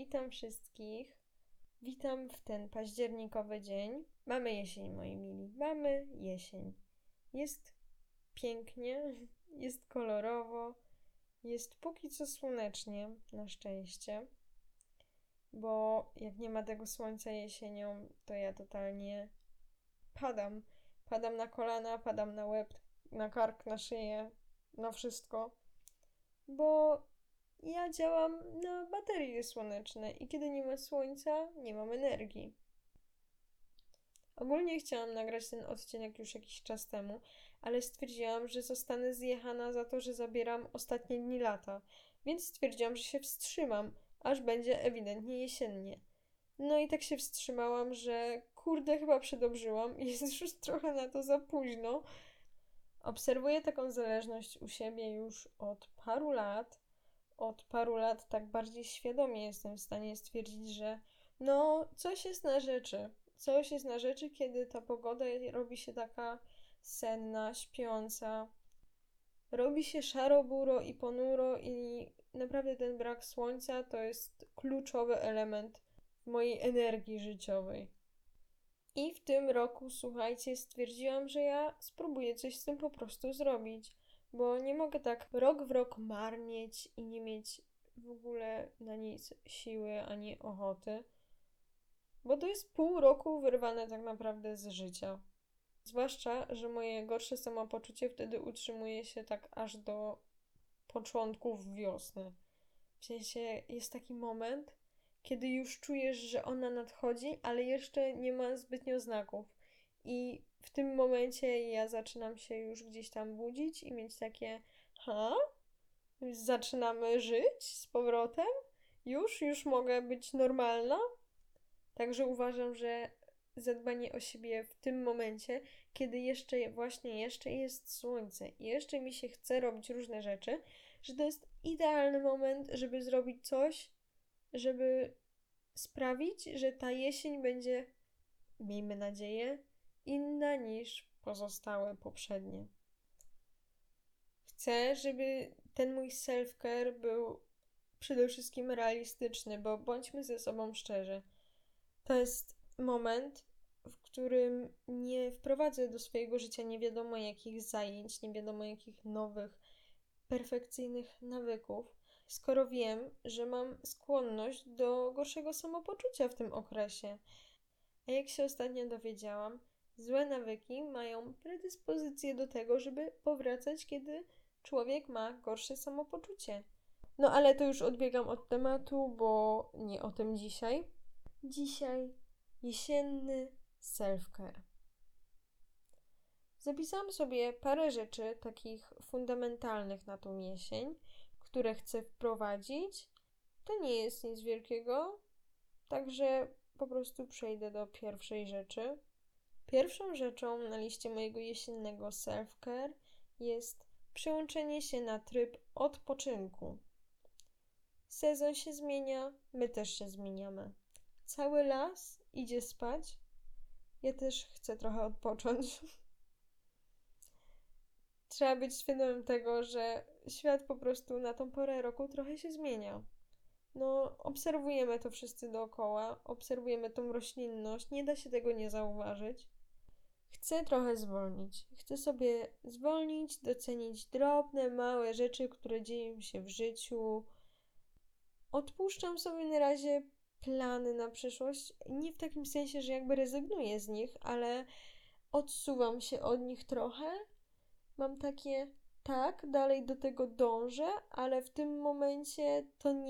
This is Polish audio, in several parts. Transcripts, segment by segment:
witam wszystkich. Witam w ten październikowy dzień. Mamy jesień, moi mili. Mamy jesień. Jest pięknie, jest kolorowo, jest póki co słonecznie, na szczęście. Bo jak nie ma tego słońca jesienią, to ja totalnie padam. Padam na kolana, padam na łeb, na kark, na szyję, na wszystko. Bo ja działam na baterie słoneczne i kiedy nie ma słońca, nie mam energii. Ogólnie chciałam nagrać ten odcinek już jakiś czas temu, ale stwierdziłam, że zostanę zjechana za to, że zabieram ostatnie dni lata, więc stwierdziłam, że się wstrzymam, aż będzie ewidentnie jesiennie. No i tak się wstrzymałam, że kurde, chyba przedobrzyłam i jest już trochę na to za późno. Obserwuję taką zależność u siebie już od paru lat. Od paru lat tak bardziej świadomie jestem w stanie stwierdzić, że coś jest na rzeczy. Coś jest na rzeczy, kiedy ta pogoda robi się taka senna, śpiąca. Robi się szaro, buro i ponuro i naprawdę ten brak słońca to jest kluczowy element w mojej energii życiowej. I w tym roku, słuchajcie, stwierdziłam, że ja spróbuję coś z tym po prostu zrobić, bo nie mogę tak rok w rok marnieć i nie mieć w ogóle na nic siły ani ochoty, bo to jest pół roku wyrwane tak naprawdę z życia. Zwłaszcza, że moje gorsze samopoczucie wtedy utrzymuje się tak aż do początków wiosny. W sensie jest taki moment, kiedy już czujesz, że ona nadchodzi, ale jeszcze nie ma zbytnio znaków. I w tym momencie ja zaczynam się już gdzieś tam budzić i mieć takie, zaczynamy żyć z powrotem? Już mogę być normalna? Także uważam, że zadbanie o siebie w tym momencie, kiedy jeszcze jest słońce i jeszcze mi się chce robić różne rzeczy, że to jest idealny moment, żeby zrobić coś, żeby sprawić, że ta jesień będzie, miejmy nadzieję, inna niż pozostałe poprzednie. Chcę, żeby ten mój self-care był przede wszystkim realistyczny, bo bądźmy ze sobą szczerzy. To jest moment, w którym nie wprowadzę do swojego życia nie wiadomo jakich zajęć, nie wiadomo jakich nowych, perfekcyjnych nawyków, skoro wiem, że mam skłonność do gorszego samopoczucia w tym okresie. A jak się ostatnio dowiedziałam, złe nawyki mają predyspozycję do tego, żeby powracać, kiedy człowiek ma gorsze samopoczucie. No ale to już odbiegam od tematu, bo nie o tym dzisiaj. Dzisiaj jesienny self-care. Zapisałam sobie parę rzeczy takich fundamentalnych na tą jesień, które chcę wprowadzić. To nie jest nic wielkiego, także po prostu przejdę do pierwszej rzeczy. Pierwszą rzeczą na liście mojego jesiennego self-care jest przełączenie się na tryb odpoczynku. Sezon się zmienia, my też się zmieniamy. Cały las idzie spać. Ja też chcę trochę odpocząć. Trzeba być świadomym tego, że świat po prostu na tą porę roku trochę się zmienia. Obserwujemy to wszyscy dookoła, obserwujemy tą roślinność, nie da się tego nie zauważyć. Chcę trochę zwolnić. Chcę sobie zwolnić, docenić drobne, małe rzeczy, które dzieją się w życiu. Odpuszczam sobie na razie plany na przyszłość. Nie w takim sensie, że jakby rezygnuję z nich, ale odsuwam się od nich trochę. Mam takie, tak, dalej do tego dążę, ale w tym momencie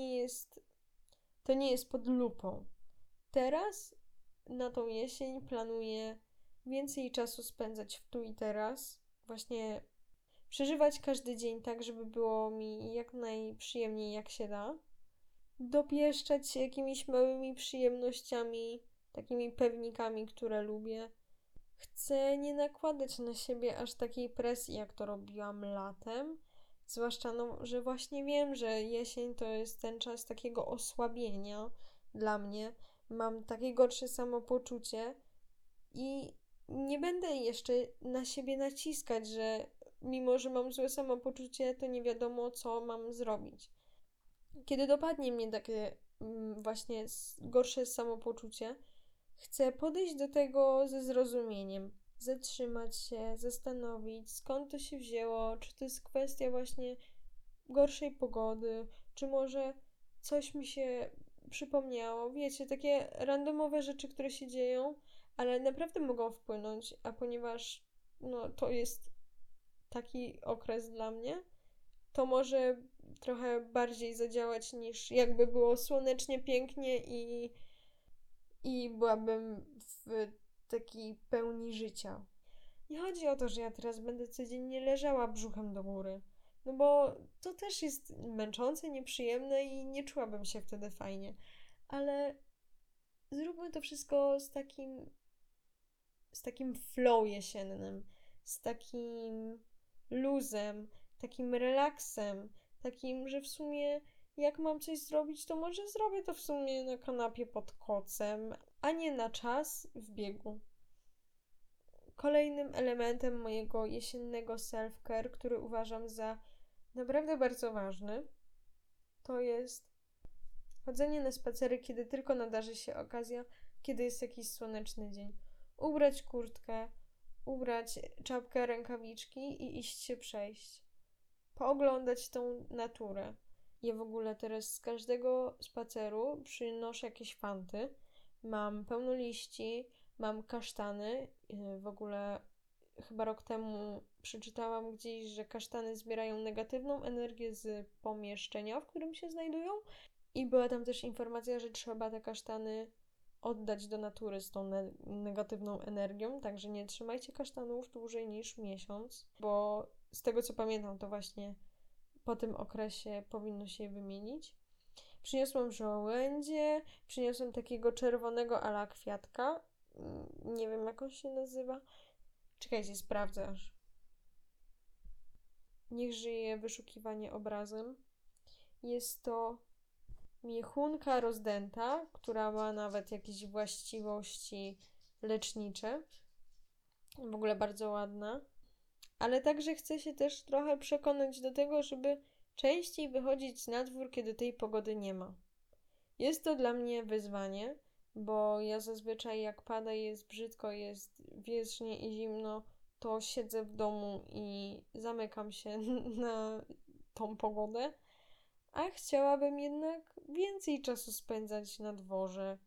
to nie jest pod lupą. Teraz na tą jesień planuję więcej czasu spędzać w tu i teraz. Właśnie przeżywać każdy dzień tak, żeby było mi jak najprzyjemniej jak się da. Dopieszczać się jakimiś małymi przyjemnościami, takimi pewnikami, które lubię. Chcę nie nakładać na siebie aż takiej presji, jak to robiłam latem. Zwłaszcza, że właśnie wiem, że jesień to jest ten czas takiego osłabienia dla mnie. Mam takie gorsze samopoczucie i nie będę jeszcze na siebie naciskać, że mimo, że mam złe samopoczucie, to nie wiadomo, co mam zrobić. Kiedy dopadnie mnie takie właśnie gorsze samopoczucie, chcę podejść do tego ze zrozumieniem, zatrzymać się, zastanowić, skąd to się wzięło, czy to jest kwestia właśnie gorszej pogody, czy może coś mi się przypomniało. Wiecie, takie randomowe rzeczy, które się dzieją, ale naprawdę mogą wpłynąć, a ponieważ to jest taki okres dla mnie, to może trochę bardziej zadziałać niż jakby było słonecznie, pięknie i byłabym w takiej pełni życia. Nie chodzi o to, że ja teraz będę codziennie leżała brzuchem do góry. No bo to też jest męczące, nieprzyjemne i nie czułabym się wtedy fajnie. Ale zróbmy to wszystko z takim flow jesiennym, z takim luzem, takim relaksem, takim, że w sumie jak mam coś zrobić, to może zrobię to w sumie na kanapie pod kocem, a nie na czas w biegu. Kolejnym elementem mojego jesiennego self-care, który uważam za naprawdę bardzo ważny, to jest chodzenie na spacery, kiedy tylko nadarzy się okazja, kiedy jest jakiś słoneczny dzień. Ubrać kurtkę, ubrać czapkę, rękawiczki i iść się przejść. Pooglądać tą naturę. Ja w ogóle teraz z każdego spaceru przynoszę jakieś fanty. Mam pełno liści, mam kasztany. W ogóle chyba rok temu przeczytałam gdzieś, że kasztany zbierają negatywną energię z pomieszczenia, w którym się znajdują. I była tam też informacja, że trzeba te kasztany oddać do natury z tą negatywną energią, także nie trzymajcie kasztanów dłużej niż miesiąc, bo z tego co pamiętam, to właśnie po tym okresie powinno się je wymienić. Przyniosłam żołędzie, przyniosłam takiego czerwonego ala kwiatka. Nie wiem, jak on się nazywa. Czekajcie, sprawdzę aż. Niech żyje wyszukiwanie obrazem. Jest to miechunka rozdęta, która ma nawet jakieś właściwości lecznicze. W ogóle bardzo ładna. Ale także chcę się też trochę przekonać do tego, żeby częściej wychodzić na dwór, kiedy tej pogody nie ma. Jest to dla mnie wyzwanie, bo ja zazwyczaj jak pada i jest brzydko, jest wietrznie i zimno, to siedzę w domu i zamykam się na tą pogodę, a chciałabym jednak więcej czasu spędzać na dworze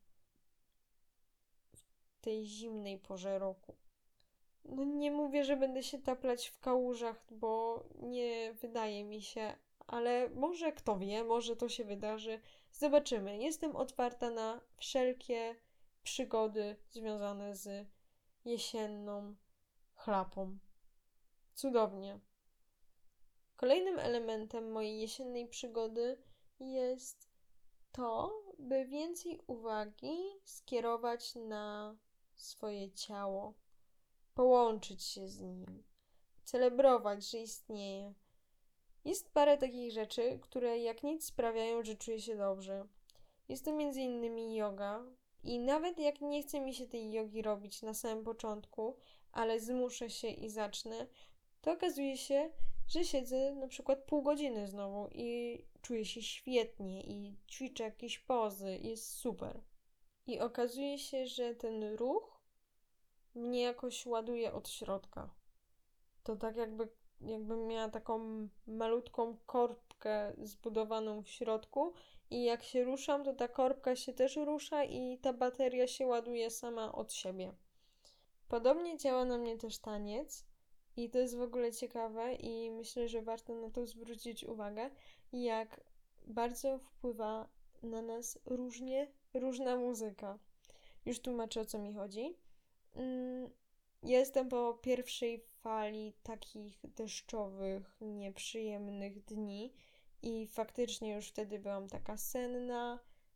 w tej zimnej porze roku. No nie mówię, że będę się taplać w kałużach, bo nie wydaje mi się, ale może kto wie, może to się wydarzy. Zobaczymy. Jestem otwarta na wszelkie przygody związane z jesienną chlapą. Cudownie. Kolejnym elementem mojej jesiennej przygody jest to, by więcej uwagi skierować na swoje ciało, połączyć się z nim, celebrować, że istnieje. Jest parę takich rzeczy, które jak nic sprawiają, że czuję się dobrze. Jest to m.in. yoga i nawet jak nie chce mi się tej jogi robić na samym początku, ale zmuszę się i zacznę, to okazuje się, że siedzę na przykład pół godziny znowu i czuję się świetnie i ćwiczę jakieś pozy i jest super. I okazuje się, że ten ruch mnie jakoś ładuje od środka. To tak jakbym miała taką malutką korbkę zbudowaną w środku i jak się ruszam, to ta korbka się też rusza i ta bateria się ładuje sama od siebie. Podobnie działa na mnie też taniec i to jest w ogóle ciekawe i myślę, że warto na to zwrócić uwagę, jak bardzo wpływa na nas różna muzyka. Już tłumaczę, o co mi chodzi. Ja jestem po pierwszej fali takich deszczowych, nieprzyjemnych dni i faktycznie już wtedy byłam taka senna,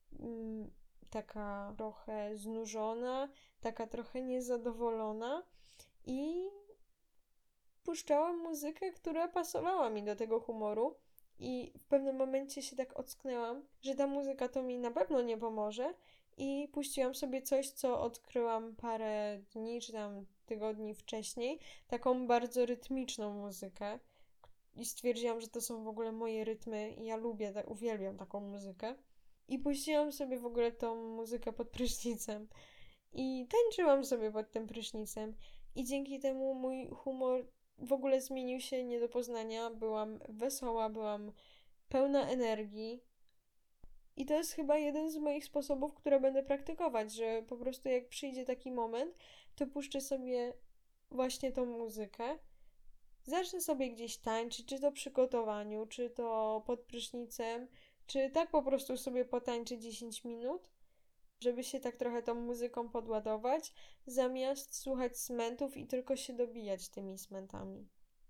taka trochę znużona, taka trochę niezadowolona i puszczałam muzykę, która pasowała mi do tego humoru i w pewnym momencie się tak ocknęłam, że ta muzyka to mi na pewno nie pomoże i puściłam sobie coś, co odkryłam parę dni czy tam tygodni wcześniej, taką bardzo rytmiczną muzykę i stwierdziłam, że to są w ogóle moje rytmy i ja lubię, uwielbiam taką muzykę. I puściłam sobie w ogóle tą muzykę pod prysznicem. I tańczyłam sobie pod tym prysznicem. I dzięki temu mój humor w ogóle zmienił się nie do poznania. Byłam wesoła, byłam pełna energii. I to jest chyba jeden z moich sposobów, które będę praktykować, że po prostu jak przyjdzie taki moment, to puszczę sobie właśnie tą muzykę. Zacznę sobie gdzieś tańczyć, czy to przy gotowaniu, czy to pod prysznicem, czy tak po prostu sobie potańczyć 10 minut, żeby się tak trochę tą muzyką podładować, zamiast słuchać smentów i tylko się dobijać tymi smentami.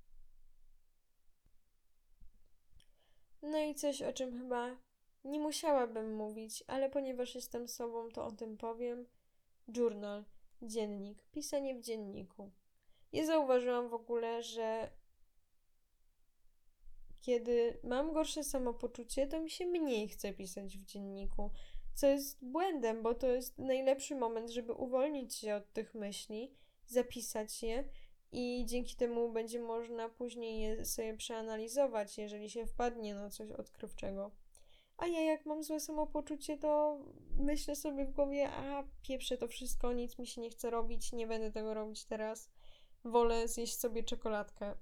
No i coś, o czym chyba nie musiałabym mówić, ale ponieważ jestem sobą, to o tym powiem. Journal, dziennik, pisanie w dzienniku. Ja zauważyłam w ogóle, że kiedy mam gorsze samopoczucie, to mi się mniej chce pisać w dzienniku, co jest błędem, bo to jest najlepszy moment, żeby uwolnić się od tych myśli, zapisać je i dzięki temu będzie można później je sobie przeanalizować, jeżeli się wpadnie na coś odkrywczego. A ja jak mam złe samopoczucie, to myślę sobie w głowie, a pieprzę to wszystko, nic mi się nie chce robić, nie będę tego robić teraz. Wolę zjeść sobie czekoladkę.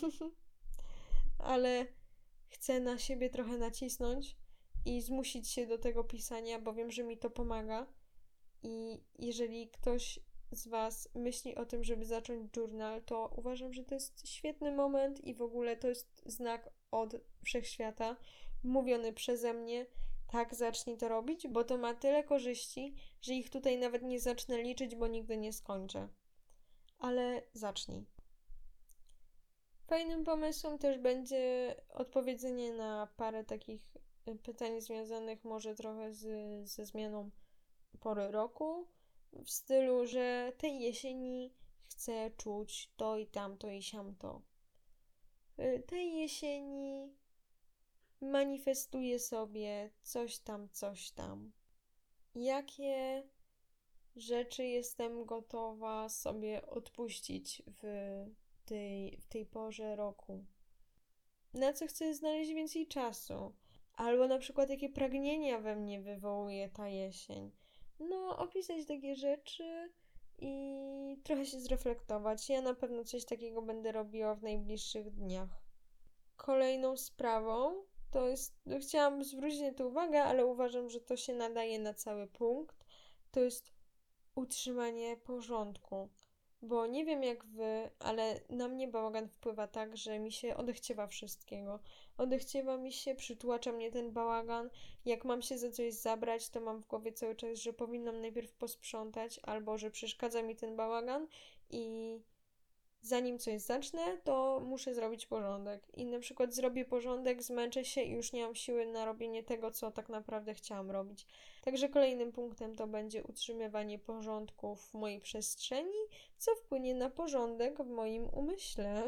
Ale chcę na siebie trochę nacisnąć i zmusić się do tego pisania, bo wiem, że mi to pomaga. I jeżeli ktoś z Was myśli o tym, żeby zacząć journal, to uważam, że to jest świetny moment i w ogóle to jest znak od wszechświata, mówiony przeze mnie. Tak, zacznij to robić, bo to ma tyle korzyści, że ich tutaj nawet nie zacznę liczyć, bo nigdy nie skończę. Ale zacznij. Fajnym pomysłem też będzie odpowiedzenie na parę takich pytań związanych może trochę ze zmianą pory roku, w stylu, że tej jesieni chcę czuć to i tamto i siamto. Tej jesieni manifestuję sobie coś tam, coś tam. Jakie rzeczy jestem gotowa sobie odpuścić w tej porze roku? Na co chcę znaleźć więcej czasu? Albo na przykład jakie pragnienia we mnie wywołuje ta jesień? No, opisać takie rzeczy i trochę się zreflektować. Ja na pewno coś takiego będę robiła w najbliższych dniach. Kolejną sprawą to jest, chciałam zwrócić na to uwagę, ale uważam, że to się nadaje na cały punkt. To jest utrzymanie porządku. Bo nie wiem jak wy, ale na mnie bałagan wpływa tak, że mi się odechciewa wszystkiego. Odechciewa mi się, przytłacza mnie ten bałagan. Jak mam się za coś zabrać, to mam w głowie cały czas, że powinnam najpierw posprzątać, albo że przeszkadza mi ten bałagan i zanim coś zacznę, to muszę zrobić porządek. I na przykład zrobię porządek, zmęczę się i już nie mam siły na robienie tego, co tak naprawdę chciałam robić. Także kolejnym punktem to będzie utrzymywanie porządku w mojej przestrzeni, co wpłynie na porządek w moim umyśle.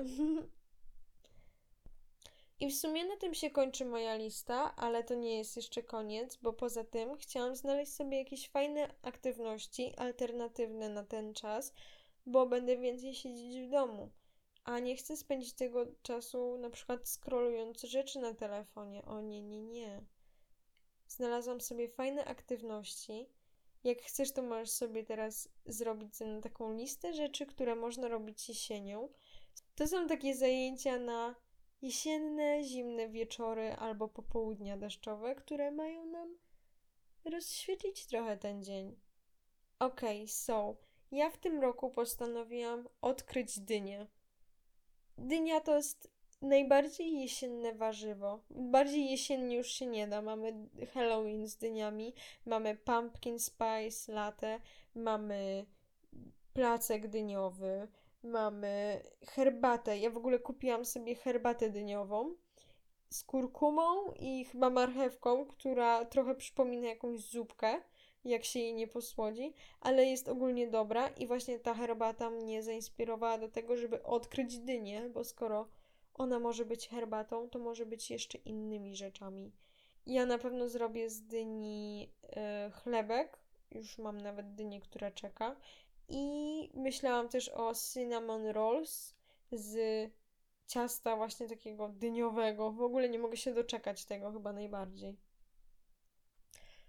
I w sumie na tym się kończy moja lista, ale to nie jest jeszcze koniec, bo poza tym chciałam znaleźć sobie jakieś fajne aktywności alternatywne na ten czas, bo będę więcej siedzieć w domu. A nie chcę spędzić tego czasu na przykład scrollując rzeczy na telefonie. O nie, nie, nie. Znalazłam sobie fajne aktywności. Jak chcesz, to możesz sobie teraz zrobić ze mną taką listę rzeczy, które można robić jesienią. To są takie zajęcia na jesienne, zimne wieczory albo popołudnia deszczowe, które mają nam rozświetlić trochę ten dzień. Okej, ja w tym roku postanowiłam odkryć dynię. Dynia to jest najbardziej jesienne warzywo. Bardziej jesiennie już się nie da. Mamy Halloween z dyniami, mamy pumpkin spice latte, mamy placek dyniowy, mamy herbatę. Ja w ogóle kupiłam sobie herbatę dyniową z kurkumą i chyba marchewką, która trochę przypomina jakąś zupkę, jak się jej nie posłodzi, ale jest ogólnie dobra i właśnie ta herbata mnie zainspirowała do tego, żeby odkryć dynię, bo skoro ona może być herbatą, to może być jeszcze innymi rzeczami. Ja na pewno zrobię z dyni chlebek, już mam nawet dynię, która czeka i myślałam też o cinnamon rolls z ciasta właśnie takiego dyniowego. W ogóle nie mogę się doczekać tego chyba najbardziej.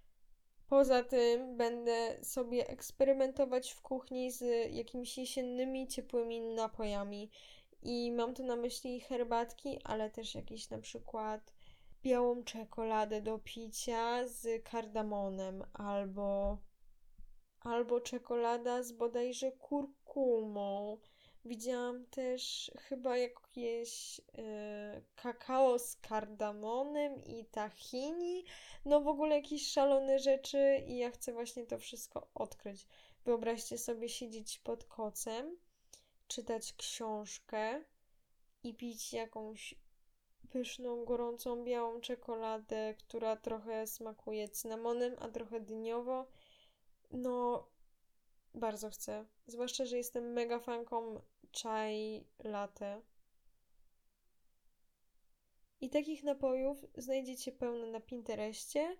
Poza tym będę sobie eksperymentować w kuchni z jakimiś jesiennymi, ciepłymi napojami. I mam tu na myśli herbatki, ale też jakieś na przykład białą czekoladę do picia z kardamonem albo czekolada z bodajże kurkumą. Widziałam też chyba jakieś kakao z kardamonem i tahini. No w ogóle jakieś szalone rzeczy i ja chcę właśnie to wszystko odkryć. Wyobraźcie sobie siedzieć pod kocem, czytać książkę i pić jakąś pyszną, gorącą, białą czekoladę, która trochę smakuje cynamonem, a trochę dyniowo. No, bardzo chcę. Zwłaszcza, że jestem mega fanką chai latte. I takich napojów znajdziecie pełno na Pinterestie.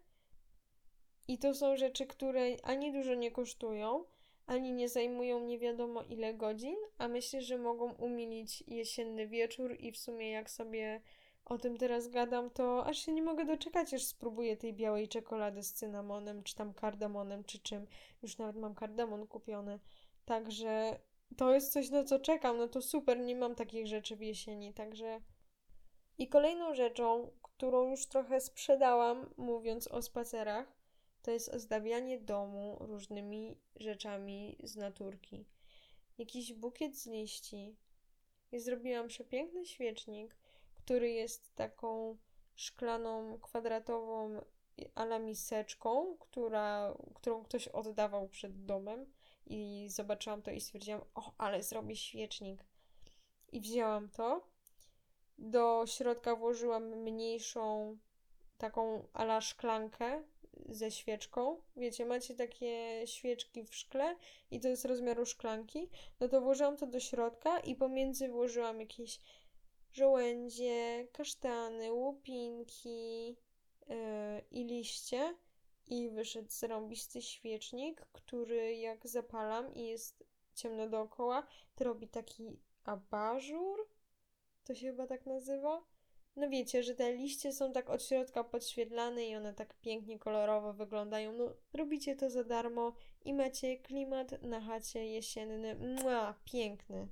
I to są rzeczy, które ani dużo nie kosztują, ani nie zajmują nie wiadomo ile godzin, a myślę, że mogą umilić jesienny wieczór i w sumie jak sobie o tym teraz gadam, to aż się nie mogę doczekać, aż spróbuję tej białej czekolady z cynamonem, czy tam kardamonem, czy czym. Już nawet mam kardamon kupiony. Także to jest coś, na co czekam. No to super, nie mam takich rzeczy w jesieni, także... I kolejną rzeczą, którą już trochę sprzedałam, mówiąc o spacerach, to jest ozdabianie domu różnymi rzeczami z naturki. Jakiś bukiet z liści. I zrobiłam przepiękny świecznik, który jest taką szklaną, kwadratową ala miseczką, którą ktoś oddawał przed domem. I zobaczyłam to i stwierdziłam, o, ale zrobię świecznik. I wzięłam to. Do środka włożyłam mniejszą taką ala szklankę ze świeczką. Wiecie, macie takie świeczki w szkle i to jest rozmiaru szklanki. No to włożyłam to do środka i pomiędzy włożyłam jakieś żołędzie, kasztany, łupinki i liście. I wyszedł zarąbisty świecznik, który jak zapalam i jest ciemno dookoła, to robi taki abażur. To się chyba tak nazywa. No wiecie, że te liście są tak od środka podświetlane i one tak pięknie kolorowo wyglądają. No robicie to za darmo i macie klimat na chacie jesienny. Mua, piękny.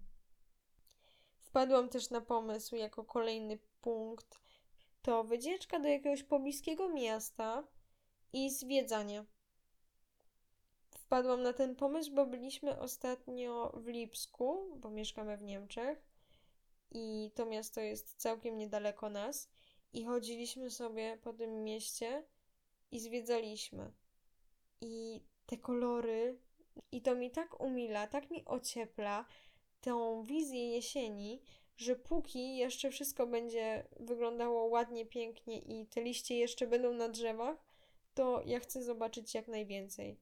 Wpadłam też na pomysł jako kolejny punkt. To wycieczka do jakiegoś pobliskiego miasta i zwiedzanie. Wpadłam na ten pomysł, bo byliśmy ostatnio w Lipsku, bo mieszkamy w Niemczech. I to miasto jest całkiem niedaleko nas i chodziliśmy sobie po tym mieście i zwiedzaliśmy. I te kolory, i to mi tak umila, tak mi ociepla tą wizję jesieni, że póki jeszcze wszystko będzie wyglądało ładnie, pięknie i te liście jeszcze będą na drzewach, to ja chcę zobaczyć jak najwięcej.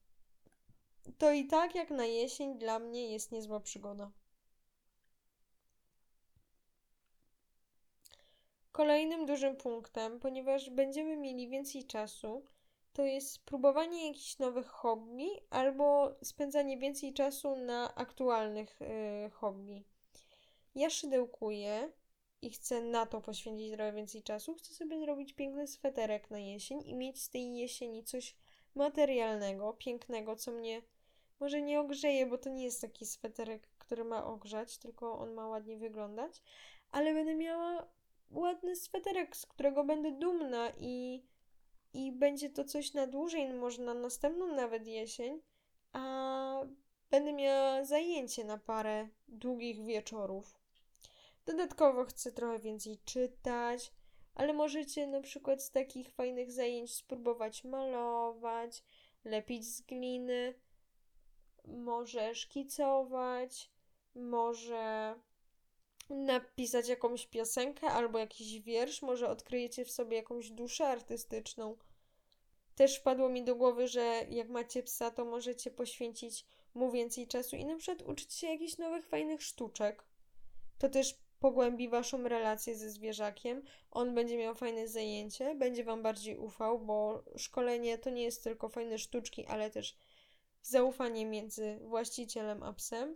To i tak jak na jesień dla mnie jest niezła przygoda. Kolejnym dużym punktem, ponieważ będziemy mieli więcej czasu, to jest spróbowanie jakichś nowych hobby albo spędzanie więcej czasu na aktualnych hobby. Ja szydełkuję i chcę na to poświęcić trochę więcej czasu. Chcę sobie zrobić piękny sweterek na jesień i mieć z tej jesieni coś materialnego, pięknego, co mnie może nie ogrzeje, bo to nie jest taki sweterek, który ma ogrzać, tylko on ma ładnie wyglądać, ale będę miała ładny sweterek, z którego będę dumna i będzie to coś na dłużej, może na następną nawet jesień, a będę miała zajęcie na parę długich wieczorów. Dodatkowo chcę trochę więcej czytać, ale możecie na przykład z takich fajnych zajęć spróbować malować, lepić z gliny, może szkicować, może napisać jakąś piosenkę albo jakiś wiersz, może odkryjecie w sobie jakąś duszę artystyczną. Też wpadło mi do głowy, że jak macie psa, to możecie poświęcić mu więcej czasu i na przykład uczyć się jakichś nowych, fajnych sztuczek. To też pogłębi waszą relację ze zwierzakiem. On będzie miał fajne zajęcie, będzie wam bardziej ufał, bo szkolenie to nie jest tylko fajne sztuczki, ale też zaufanie między właścicielem a psem.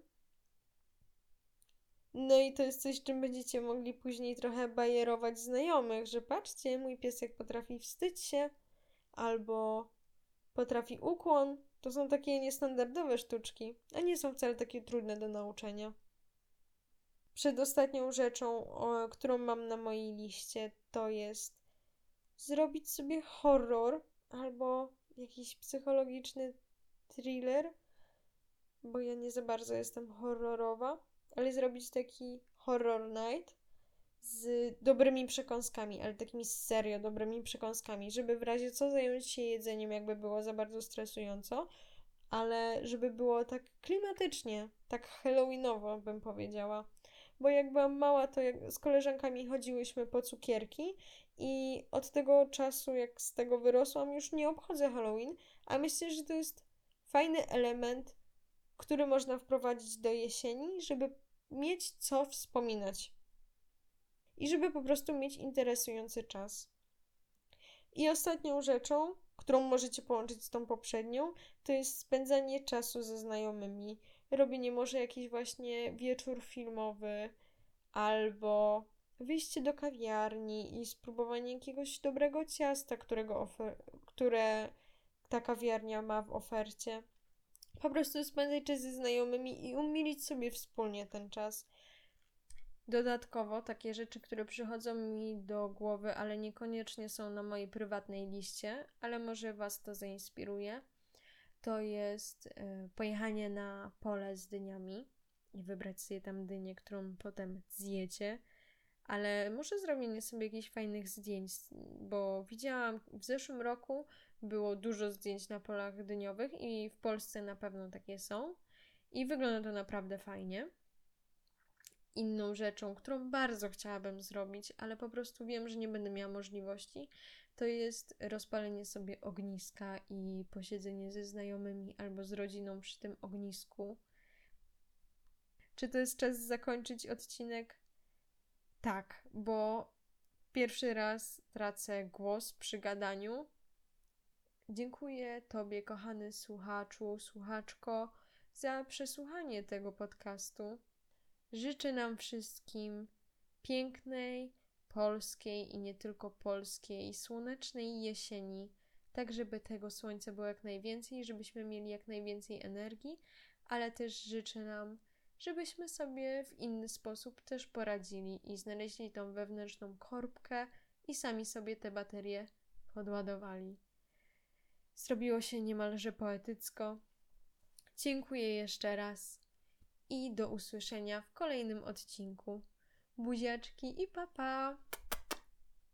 No i to jest coś, czym będziecie mogli później trochę bajerować znajomych, że patrzcie, mój piesek potrafi wstyć się, albo potrafi ukłon. To są takie niestandardowe sztuczki, a nie są wcale takie trudne do nauczenia. Przedostatnią rzeczą, którą mam na mojej liście, to jest zrobić sobie horror albo jakiś psychologiczny thriller, bo ja nie za bardzo jestem horrorowa, ale zrobić taki horror night z dobrymi przekąskami, ale takimi serio dobrymi przekąskami, żeby w razie co zająć się jedzeniem, jakby było za bardzo stresująco, ale żeby było tak klimatycznie, tak halloweenowo bym powiedziała. Bo jak byłam mała, to z koleżankami chodziłyśmy po cukierki i od tego czasu, jak z tego wyrosłam, już nie obchodzę Halloween, a myślę, że to jest fajny element, który można wprowadzić do jesieni, żeby mieć co wspominać i żeby po prostu mieć interesujący czas. I ostatnią rzeczą, którą możecie połączyć z tą poprzednią, to jest spędzanie czasu ze znajomymi. Robienie może jakiś właśnie wieczór filmowy albo wyjście do kawiarni i spróbowanie jakiegoś dobrego ciasta, które ta kawiarnia ma w ofercie. Po prostu spędzać czas ze znajomymi i umilić sobie wspólnie ten czas. Dodatkowo takie rzeczy, które przychodzą mi do głowy, ale niekoniecznie są na mojej prywatnej liście, ale może Was to zainspiruje, to jest pojechanie na pole z dyniami i wybrać sobie tam dynię, którą potem zjecie, ale może zrobienie sobie jakichś fajnych zdjęć, bo widziałam w zeszłym roku było dużo zdjęć na polach dyniowych i w Polsce na pewno takie są i wygląda to naprawdę fajnie. Inną rzeczą, którą bardzo chciałabym zrobić, ale po prostu wiem, że nie będę miała możliwości, to jest rozpalenie sobie ogniska i posiedzenie ze znajomymi albo z rodziną przy tym ognisku. Czy to jest czas zakończyć odcinek? Tak, bo pierwszy raz tracę głos przy gadaniu. Dziękuję Tobie, kochany słuchaczu, słuchaczko, za przesłuchanie tego podcastu. Życzę nam wszystkim pięknej, polskiej i nie tylko polskiej, słonecznej jesieni, tak żeby tego słońca było jak najwięcej, żebyśmy mieli jak najwięcej energii, ale też życzę nam, żebyśmy sobie w inny sposób też poradzili i znaleźli tą wewnętrzną korbkę i sami sobie te baterie podładowali. Zrobiło się niemalże poetycko. Dziękuję jeszcze raz i do usłyszenia w kolejnym odcinku. Buziaczki i pa pa!